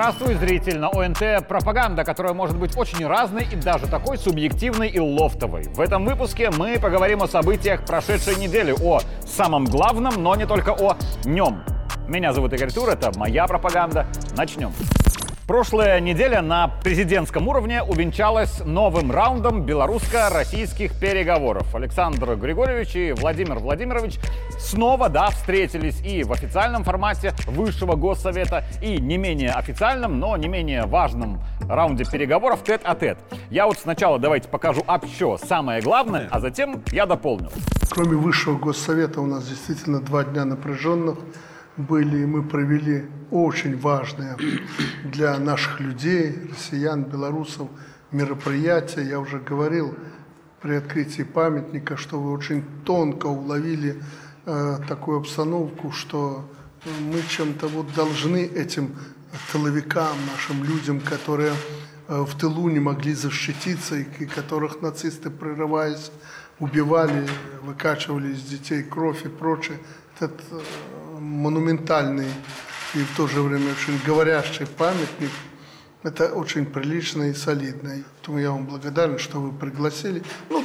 Здравствуй, зритель! На ОНТ пропаганда, которая может быть очень разной и даже такой субъективной и лофтовой. В этом выпуске мы поговорим о событиях прошедшей недели, о самом главном, но не только о нем. Меня зовут Игорь Тур, это моя пропаганда. Начнем. Прошлая неделя на президентском уровне увенчалась новым раундом белорусско-российских переговоров. Александр Григорьевич и Владимир Владимирович снова, встретились и в официальном формате Высшего Госсовета, и не менее официальном, но не менее важном раунде переговоров тет-а-тет. Я вот сначала давайте покажу общо самое главное, а затем я дополню. Кроме Высшего Госсовета у нас действительно 2 дня напряженных были, и мы провели очень важные для наших людей, россиян, белорусов, мероприятия. Я уже говорил при открытии памятника, что вы очень тонко уловили такую обстановку, что мы чем-то должны этим тыловикам, нашим людям, которые в тылу не могли защититься, и которых нацисты, прорываясь, убивали, выкачивали из детей кровь и прочее. Этот монументальный и в то же время очень говорящий памятник, это очень прилично и солидно. Поэтому я вам благодарен, что вы пригласили.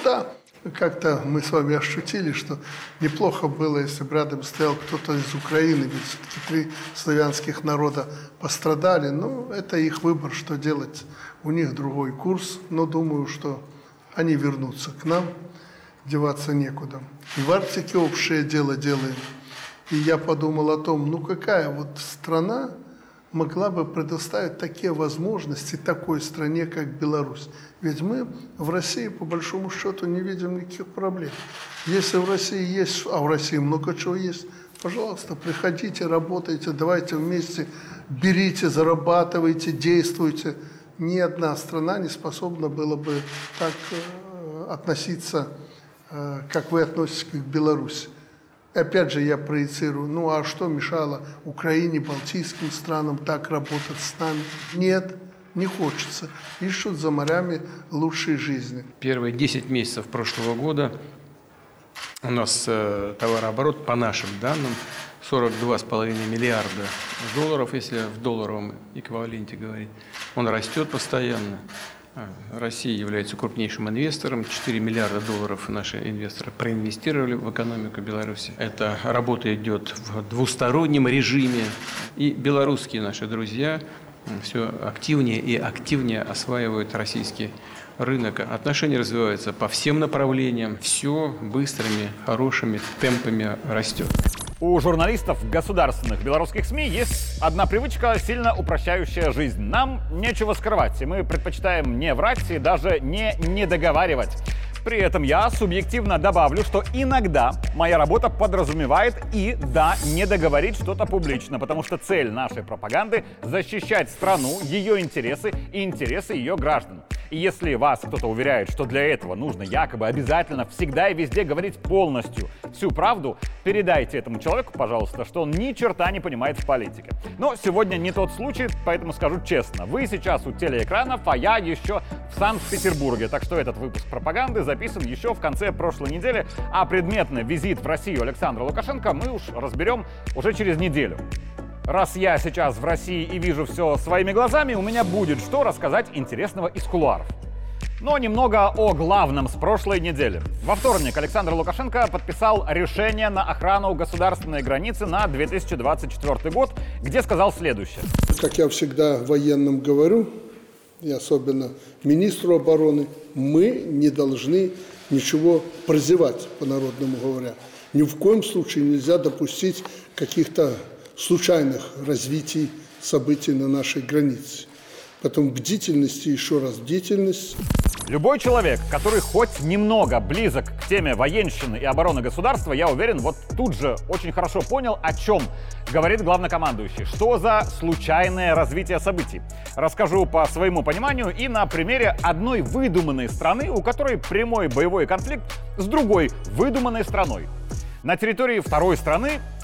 Как-то мы с вами ощутили, что неплохо было, если бы рядом стоял кто-то из Украины, ведь все-таки 3 славянских народа пострадали. Это их выбор, что делать. У них другой курс, но думаю, что они вернутся к нам, деваться некуда. И в Арктике общее дело делаем. И я подумал о том, какая страна могла бы предоставить такие возможности такой стране, как Беларусь. Ведь мы в России, по большому счету, не видим никаких проблем. Если в России есть, а в России много чего есть, пожалуйста, приходите, работайте, давайте вместе, берите, зарабатывайте, действуйте. Ни одна страна не способна была бы так относиться, как вы относитесь к Беларуси. Опять же, я проецирую, а что мешало Украине, балтийским странам так работать с нами? Нет, не хочется. Ищут за морями лучшей жизни. Первые 10 месяцев прошлого года у нас товарооборот, по нашим данным, 42,5 миллиарда долларов, если в долларовом эквиваленте говорить. Он растет постоянно. Россия является крупнейшим инвестором. 4 миллиарда долларов наши инвесторы проинвестировали в экономику Беларуси. Эта работа идет в двустороннем режиме. И белорусские наши друзья все активнее и активнее осваивают российский рынок. Отношения развиваются по всем направлениям. Все быстрыми, хорошими темпами растет. У журналистов государственных белорусских СМИ есть одна привычка, сильно упрощающая жизнь. Нам нечего скрывать, и мы предпочитаем не врать и даже не договаривать. При этом я субъективно добавлю, что иногда моя работа подразумевает не договорить что-то публично, потому что цель нашей пропаганды – защищать страну, ее интересы и интересы ее граждан. И если вас кто-то уверяет, что для этого нужно якобы обязательно всегда и везде говорить полностью всю правду, передайте этому человеку, пожалуйста, что он ни черта не понимает в политике. Но сегодня не тот случай, поэтому скажу честно. Вы сейчас у телеэкранов, а я еще в Санкт-Петербурге. Так что этот выпуск пропаганды записан еще в конце прошлой недели, а предметно визит в Россию Александра Лукашенко мы уж разберем уже через неделю. Раз я сейчас в России и вижу все своими глазами, у меня будет что рассказать интересного из кулуаров. Но немного о главном с прошлой недели. Во вторник Александр Лукашенко подписал решение на охрану государственной границы на 2024 год, где сказал следующее. Как я всегда военным говорю, и особенно министру обороны, мы не должны ничего прозевать, по-народному говоря. Ни в коем случае нельзя допустить каких-то случайных развитий событий на нашей границе. Потом бдительность и еще раз бдительность. Любой человек, который хоть немного близок к теме военщины и обороны государства, я уверен, тут же очень хорошо понял, о чем говорит главнокомандующий. Что за случайное развитие событий? Расскажу по своему пониманию и на примере одной выдуманной страны, у которой прямой боевой конфликт с другой выдуманной страной. На территории второй страны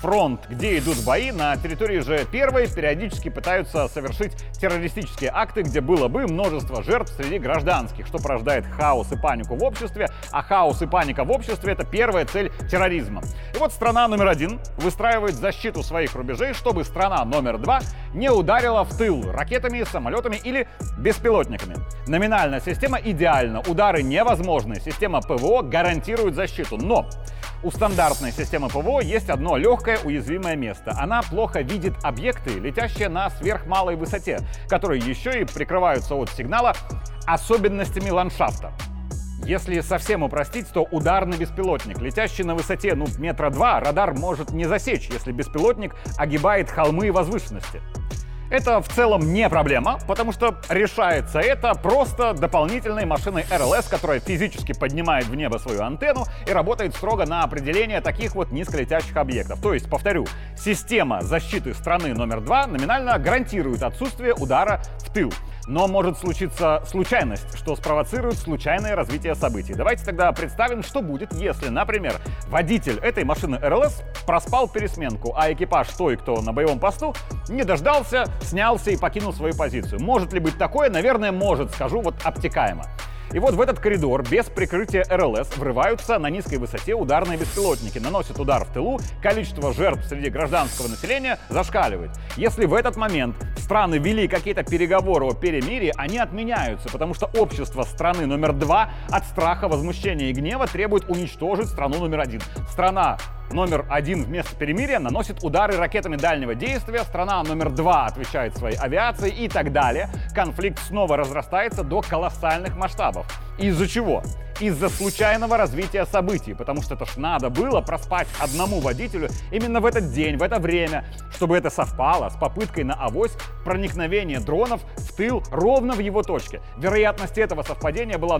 фронт, где идут бои, на территории же первой периодически пытаются совершить террористические акты, где было бы множество жертв среди гражданских, что порождает хаос и панику в обществе, а хаос и паника в обществе — это первая цель терроризма. И вот страна номер 1 выстраивает защиту своих рубежей, чтобы страна номер 2 не ударила в тыл ракетами, самолетами или беспилотниками. Номинальная система идеальна, удары невозможны, система ПВО гарантирует защиту, но у стандартной системы ПВО есть одно легкое уязвимое место. Она плохо видит объекты, летящие на сверхмалой высоте, которые еще и прикрываются от сигнала особенностями ландшафта. Если совсем упростить, то ударный беспилотник, летящий на высоте метра 2, радар может не засечь, если беспилотник огибает холмы и возвышенности. Это в целом не проблема, потому что решается это просто дополнительной машиной РЛС, которая физически поднимает в небо свою антенну и работает строго на определение таких вот низколетящих объектов. То есть, повторю, система защиты страны номер 2 номинально гарантирует отсутствие удара в тыл. Но может случиться случайность, что спровоцирует случайное развитие событий. Давайте тогда представим, что будет, если, например, водитель этой машины РЛС проспал пересменку, а экипаж той, кто на боевом посту, не дождался, снялся и покинул свою позицию. Может ли быть такое? Наверное, может, скажу вот обтекаемо. И вот в этот коридор без прикрытия РЛС врываются на низкой высоте ударные беспилотники, наносят удар в тылу, количество жертв среди гражданского населения зашкаливает. Если в этот момент страны вели какие-то переговоры о перемирии, они отменяются, потому что общество страны номер 2 от страха, возмущения и гнева требует уничтожить страну номер 1. Страна номер 1 вместо перемирия наносит удары ракетами дальнего действия, страна номер 2 отвечает своей авиацией и так далее. Конфликт снова разрастается до колоссальных масштабов. Из-за чего? Из-за случайного развития событий, потому что это ж надо было проспать одному водителю именно в этот день, в это время, чтобы это совпало с попыткой на авось проникновения дронов в тыл ровно в его точке. Вероятность этого совпадения была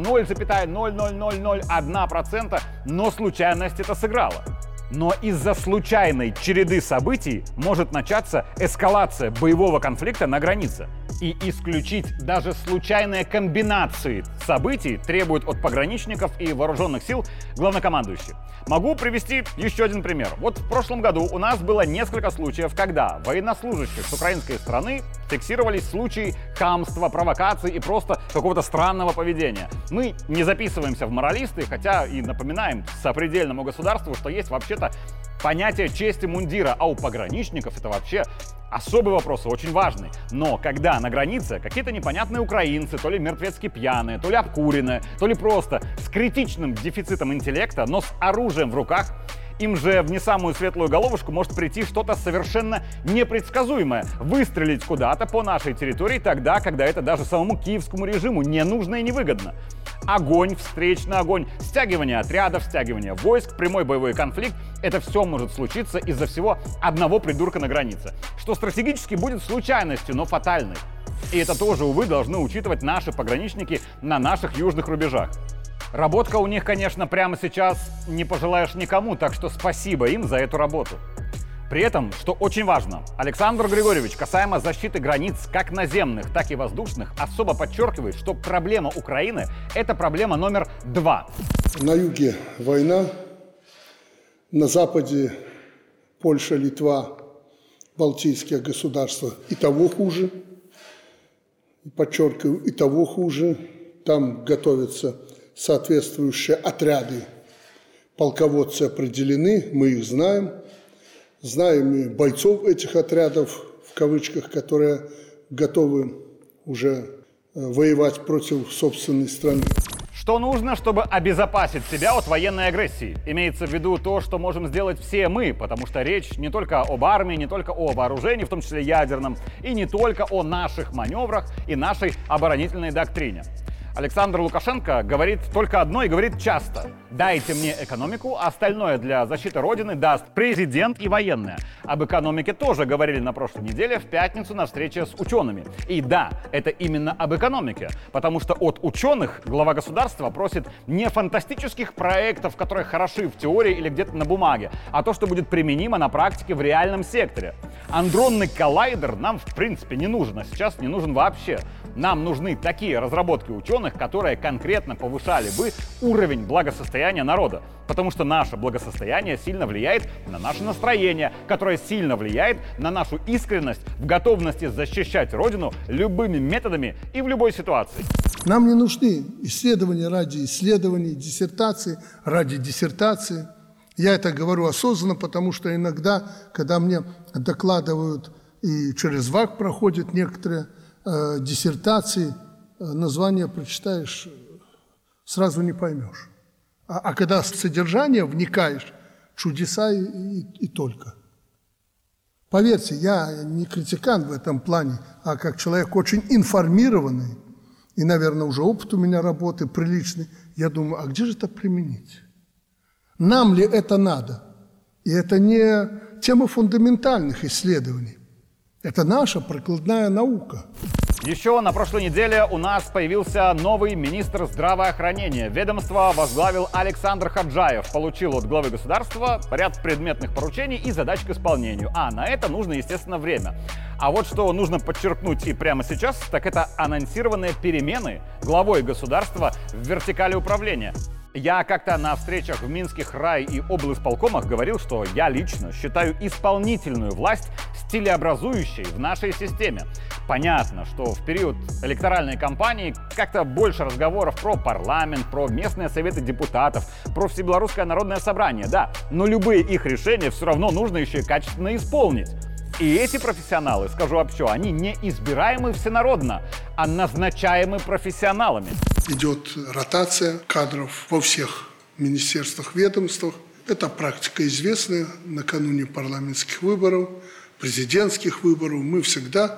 0,00001%, но случайность это сыграла. Но из-за случайной череды событий может начаться эскалация боевого конфликта на границе. И исключить даже случайные комбинации событий требует от пограничников и вооруженных сил главнокомандующий. Могу привести еще один пример. Вот в прошлом году у нас было несколько случаев, когда военнослужащих с украинской стороны фиксировались случаи хамства, провокаций и просто какого-то странного поведения. Мы не записываемся в моралисты, хотя и напоминаем сопредельному государству, что есть вообще-то понятие чести мундира, а у пограничников это вообще особый вопрос, очень важный. Но когда на границе какие-то непонятные украинцы, то ли мертвецки пьяные, то ли обкуренные, то ли просто с критичным дефицитом интеллекта, но с оружием в руках, им же в не самую светлую головушку может прийти что-то совершенно непредсказуемое. Выстрелить куда-то по нашей территории тогда, когда это даже самому киевскому режиму не нужно и невыгодно. Огонь, встречный огонь, стягивание отрядов, стягивание войск, прямой боевой конфликт — это все может случиться из-за всего одного придурка на границе, что стратегически будет случайностью, но фатальной. И это тоже, увы, должны учитывать наши пограничники на наших южных рубежах. Работка у них, конечно, прямо сейчас не пожелаешь никому, так что спасибо им за эту работу. При этом, что очень важно, Александр Григорьевич касаемо защиты границ как наземных, так и воздушных особо подчеркивает, что проблема Украины – это проблема номер 2. На юге война, на западе Польша, Литва, Балтийские государства и того хуже. Подчеркиваю, и того хуже. Там готовятся соответствующие отряды. Полководцы определены, мы их знаем. Знаем и бойцов этих отрядов, в кавычках, которые готовы уже воевать против собственной страны. Что нужно, чтобы обезопасить себя от военной агрессии? Имеется в виду то, что можем сделать все мы, потому что речь не только об армии, не только о вооружении, в том числе ядерном, и не только о наших маневрах и нашей оборонительной доктрине. Александр Лукашенко говорит только одно и говорит часто: дайте мне экономику, а остальное для защиты Родины даст президент и военные. Об экономике тоже говорили на прошлой неделе в пятницу на встрече с учеными. И да, это именно об экономике, потому что от ученых глава государства просит не фантастических проектов, которые хороши в теории или где-то на бумаге, а то, что будет применимо на практике в реальном секторе. Андронный коллайдер нам в принципе не нужен, а сейчас не нужен вообще. Нам нужны такие разработки ученых, которые конкретно повышали бы уровень благосостояния народа. Потому что наше благосостояние сильно влияет на наше настроение, которое сильно влияет на нашу искренность в готовности защищать Родину любыми методами и в любой ситуации. Нам не нужны исследования ради исследований, диссертации ради диссертации. Я это говорю осознанно, потому что иногда, когда мне докладывают, и через ВАК проходят некоторые диссертации, название прочитаешь, сразу не поймешь. А когда в содержание вникаешь, чудеса и только. Поверьте, я не критикан в этом плане, а как человек очень информированный, и, наверное, уже опыт у меня работы приличный, я думаю, а где же это применить? Нам ли это надо? И это не тема фундаментальных исследований. Это наша прикладная наука. Еще на прошлой неделе у нас появился новый министр здравоохранения. Ведомство возглавил Александр Хаджаев. Получил от главы государства ряд предметных поручений и задач к исполнению. А на это нужно, естественно, время. А вот что нужно подчеркнуть и прямо сейчас, так это анонсированные перемены главой государства в вертикали управления. Я как-то на встречах в Минских рай- и облисполкомах говорил, что я лично считаю исполнительную власть стилеобразующей в нашей системе. Понятно, что в период электоральной кампании как-то больше разговоров про парламент, про местные советы депутатов, про Всебелорусское народное собрание, да, но любые их решения все равно нужно еще и качественно исполнить. И эти профессионалы, скажу вообще, они не избираемы всенародно, а назначаемы профессионалами. Идет ротация кадров во всех министерствах, ведомствах. Это практика известная. Накануне парламентских выборов, президентских выборов мы всегда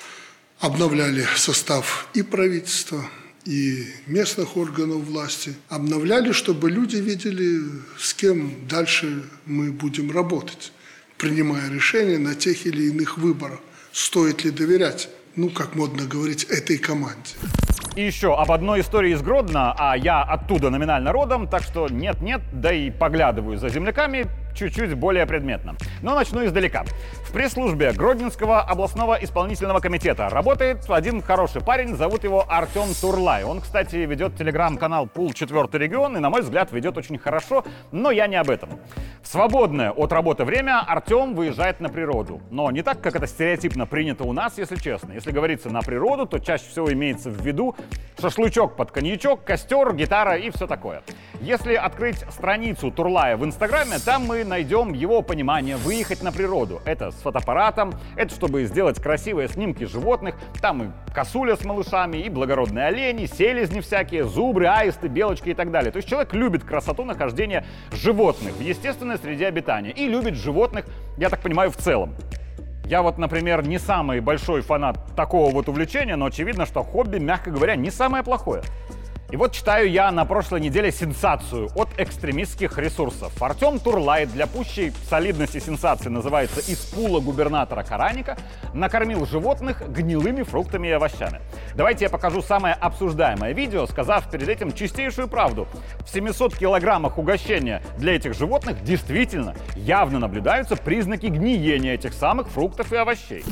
обновляли состав и правительства, и местных органов власти. Обновляли, чтобы люди видели, с кем дальше мы будем работать, принимая решения на тех или иных выборах. Стоит ли доверять, как модно говорить, этой команде. И еще об одной истории из Гродно, а я оттуда номинально родом, так что нет-нет, да и поглядываю за земляками чуть-чуть более предметно. Но начну издалека. В пресс-службе Гродненского областного исполнительного комитета работает один хороший парень, зовут его Артем Турлай. Он, кстати, ведет телеграм-канал «Пул 4 регион» и, на мой взгляд, ведет очень хорошо, но я не об этом. В свободное от работы время Артем выезжает на природу. Но не так, как это стереотипно принято у нас, если честно. Если говорится на природу, то чаще всего имеется в виду шашлычок под коньячок, костер, гитара и все такое. Если открыть страницу Турлая в Инстаграме, там мы найдем его понимание выехать на природу. Это с фотоаппаратом, это чтобы сделать красивые снимки животных. Там и косуля с малышами, и благородные олени, селезни всякие, зубры, аисты, белочки и так далее. То есть человек любит красоту нахождения животных в естественной среде обитания и любит животных, я так понимаю, в целом. Я вот, например, не самый большой фанат такого вот увлечения, но очевидно, что хобби, мягко говоря, не самое плохое. И вот читаю я на прошлой неделе сенсацию от экстремистских ресурсов. Артем Турлай, для пущей солидности сенсации называется «Из пула губернатора Караника», накормил животных гнилыми фруктами и овощами. Давайте я покажу самое обсуждаемое видео, сказав перед этим чистейшую правду. В 700 килограммах угощения для этих животных действительно явно наблюдаются признаки гниения этих самых фруктов и овощей.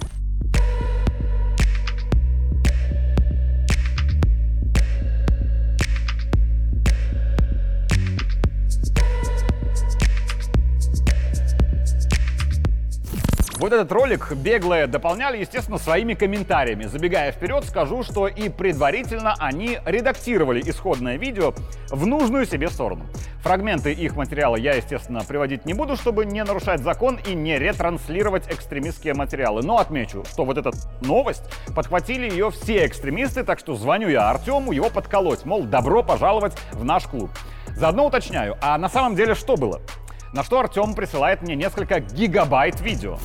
Вот этот ролик беглые дополняли, естественно, своими комментариями. Забегая вперед, скажу, что и предварительно они редактировали исходное видео в нужную себе сторону. Фрагменты их материала я, естественно, приводить не буду, чтобы не нарушать закон и не ретранслировать экстремистские материалы. Но отмечу, что вот эту новость подхватили ее все экстремисты, так что звоню я Артему его подколоть, мол, добро пожаловать в наш клуб. Заодно уточняю, а на самом деле что было? На что Артем присылает мне несколько гигабайт видео.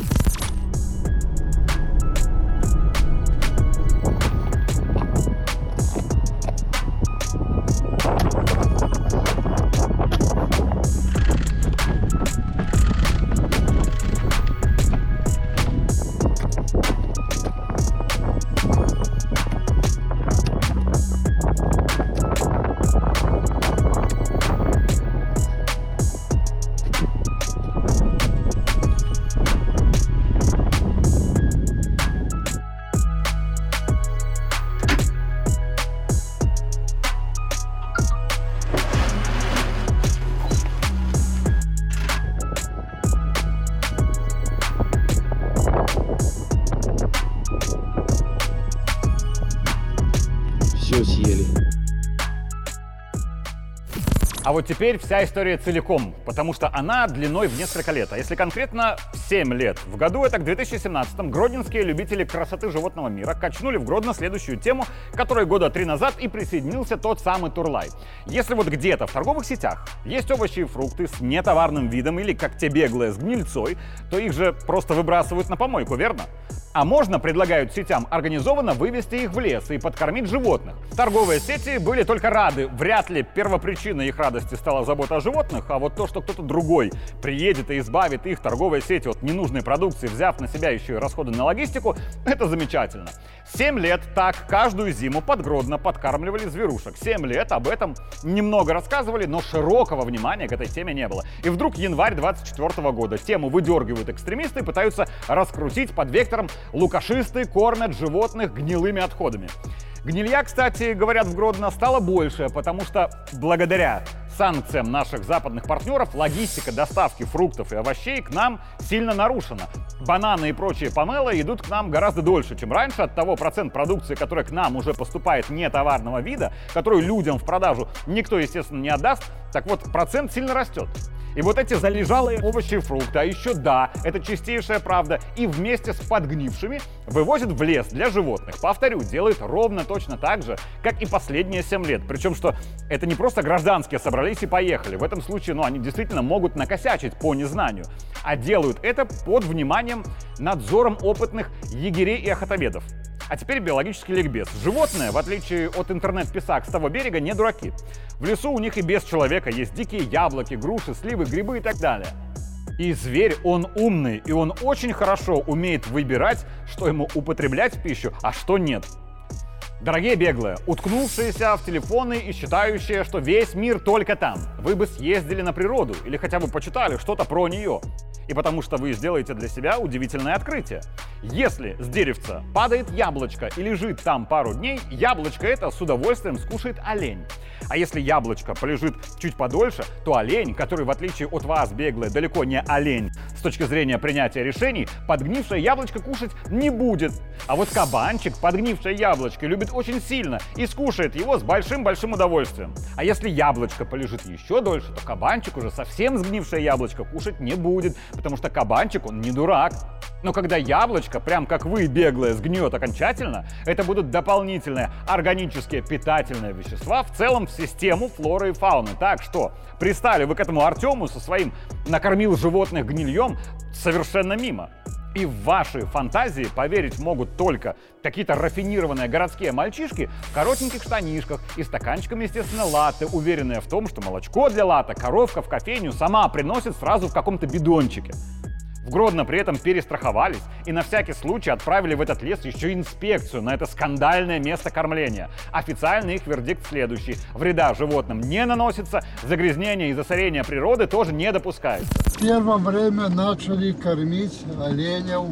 А вот теперь вся история целиком, потому что она длиной в несколько лет. А если конкретно 7 лет. В году это к 2017-м гродненские любители красоты животного мира качнули в Гродно следующую тему, которой года 3 назад и присоединился тот самый Турлай. Если вот где-то в торговых сетях есть овощи и фрукты с нетоварным видом или, как те беглые, с гнильцой, то их же просто выбрасывают на помойку, верно? А можно, предлагают сетям, организованно вывести их в лес и подкормить животных. Торговые сети были только рады. Вряд ли первопричиной их радости стала забота о животных, а вот то, что кто-то другой приедет и избавит их, торговые сети, от ненужной продукции, взяв на себя еще и расходы на логистику, это замечательно. 7 лет так каждую зиму под Гродно подкармливали зверушек. 7 лет об этом немного рассказывали, но широкого внимания к этой теме не было. И вдруг январь 24 года. Тему выдергивают экстремисты и пытаются раскрутить под вектором «лукашисты кормят животных гнилыми отходами». Гнилья, кстати, говорят, в Гродно стало больше, потому что благодаря санкциям наших западных партнеров логистика доставки фруктов и овощей к нам сильно нарушена. Бананы и прочие помелы идут к нам гораздо дольше, чем раньше. Оттого процент продукции, которая к нам уже поступает нетоварного вида, которую людям в продажу никто, естественно, не отдаст, так вот, процент сильно растет. И вот эти залежалые овощи и фрукты, а еще да, это чистейшая правда, и вместе с подгнившими вывозят в лес для животных. Повторю, делают ровно точно так же, как и последние 7 лет. Причем, что это не просто гражданские собрались и поехали. В этом случае, они действительно могут накосячить по незнанию. А делают это под вниманием, надзором опытных егерей и охотоведов. А теперь биологический ликбез. Животные, в отличие от интернет-писак с того берега, не дураки. В лесу у них и без человека есть дикие яблоки, груши, сливы, грибы и так далее. И зверь, он умный, и он очень хорошо умеет выбирать, что ему употреблять в пищу, а что нет. Дорогие беглые, уткнувшиеся в телефоны и считающие, что весь мир только там, вы бы съездили на природу или хотя бы почитали что-то про нее. И потому что вы сделаете для себя удивительное открытие. Если с деревца падает яблочко и лежит там пару дней, яблочко это с удовольствием скушает олень. А если яблочко полежит чуть подольше, то олень, который в отличие от вас, беглые, далеко не олень с точки зрения принятия решений, подгнившее яблочко кушать не будет. А вот кабанчик подгнившее яблочко любит очень сильно и скушает его с большим-большим удовольствием. А если яблочко полежит еще дольше, то кабанчик уже совсем сгнившее яблочко кушать не будет, потому что кабанчик, он не дурак. Но когда яблочко, прям как вы, беглые, сгниет окончательно, это будут дополнительные органические питательные вещества в целом в систему флоры и фауны. Так что пристали вы к этому Артему со своим «накормил животных гнильем» совершенно мимо. И в ваши фантазии поверить могут только какие-то рафинированные городские мальчишки в коротеньких штанишках и стаканчиками, естественно, латте, уверенные в том, что молочко для латте коровка в кофейню сама приносит сразу в каком-то бидончике. В Гродно при этом перестраховались и на всякий случай отправили в этот лес еще инспекцию на это скандальное место кормления. Официальный их вердикт следующий: вреда животным не наносится, загрязнения и засорения природы тоже не допускается. В первое время начали кормить оленев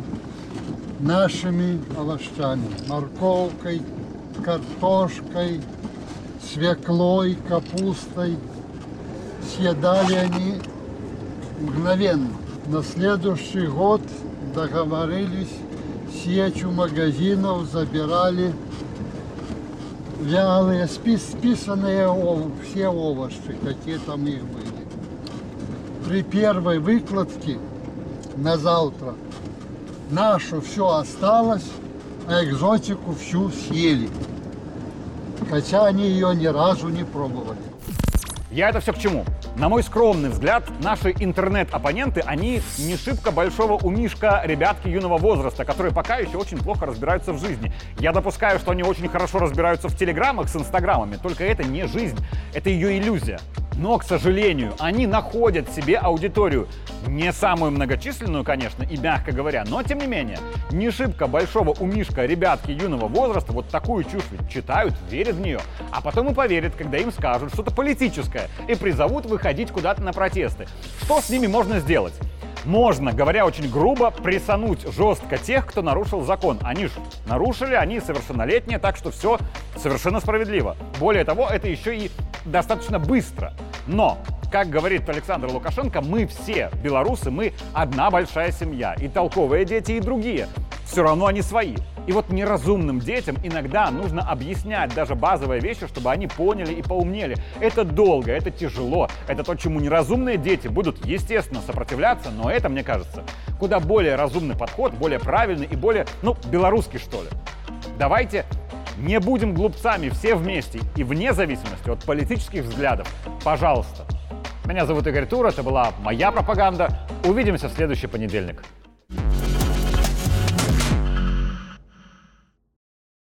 нашими овощами: морковкой, картошкой, свеклой, капустой. Съедали они мгновенно. На следующий год договорились, сетью магазинов забирали вялые, списанные все овощи, какие там их были. При первой выкладке на завтра нашу все осталось, а экзотику всю съели. Хотя они ее ни разу не пробовали. Я это все к чему? На мой скромный взгляд, наши интернет-оппоненты, они не шибко большого умишка ребятки юного возраста, которые пока еще очень плохо разбираются в жизни. Я допускаю, что они очень хорошо разбираются в телеграммах с инстаграмами, только это не жизнь, это ее иллюзия. Но, к сожалению, они находят себе аудиторию. Не самую многочисленную, конечно, и мягко говоря, но тем не менее, не шибко большого умишка ребятки юного возраста вот такую чушь читают, верят в нее, а потом и поверят, когда им скажут что-то политическое и призовут выходить куда-то на протесты. Что с ними можно сделать? Можно, говоря очень грубо, прессануть жестко тех, кто нарушил закон. Они же нарушили, они совершеннолетние, так что все совершенно справедливо. Более того, это еще и достаточно быстро. Но, как говорит Александр Лукашенко, мы все белорусы, мы одна большая семья. И толковые дети, и другие. Все равно они свои. И вот неразумным детям иногда нужно объяснять даже базовые вещи, чтобы они поняли и поумнели. Это долго, это тяжело, это то, чему неразумные дети будут, естественно, сопротивляться, но это, мне кажется, куда более разумный подход, более правильный и более, белорусский, что ли. Давайте не будем глупцами все вместе и вне зависимости от политических взглядов. Пожалуйста. Меня зовут Игорь Тур, это была моя пропаганда. Увидимся в следующий понедельник.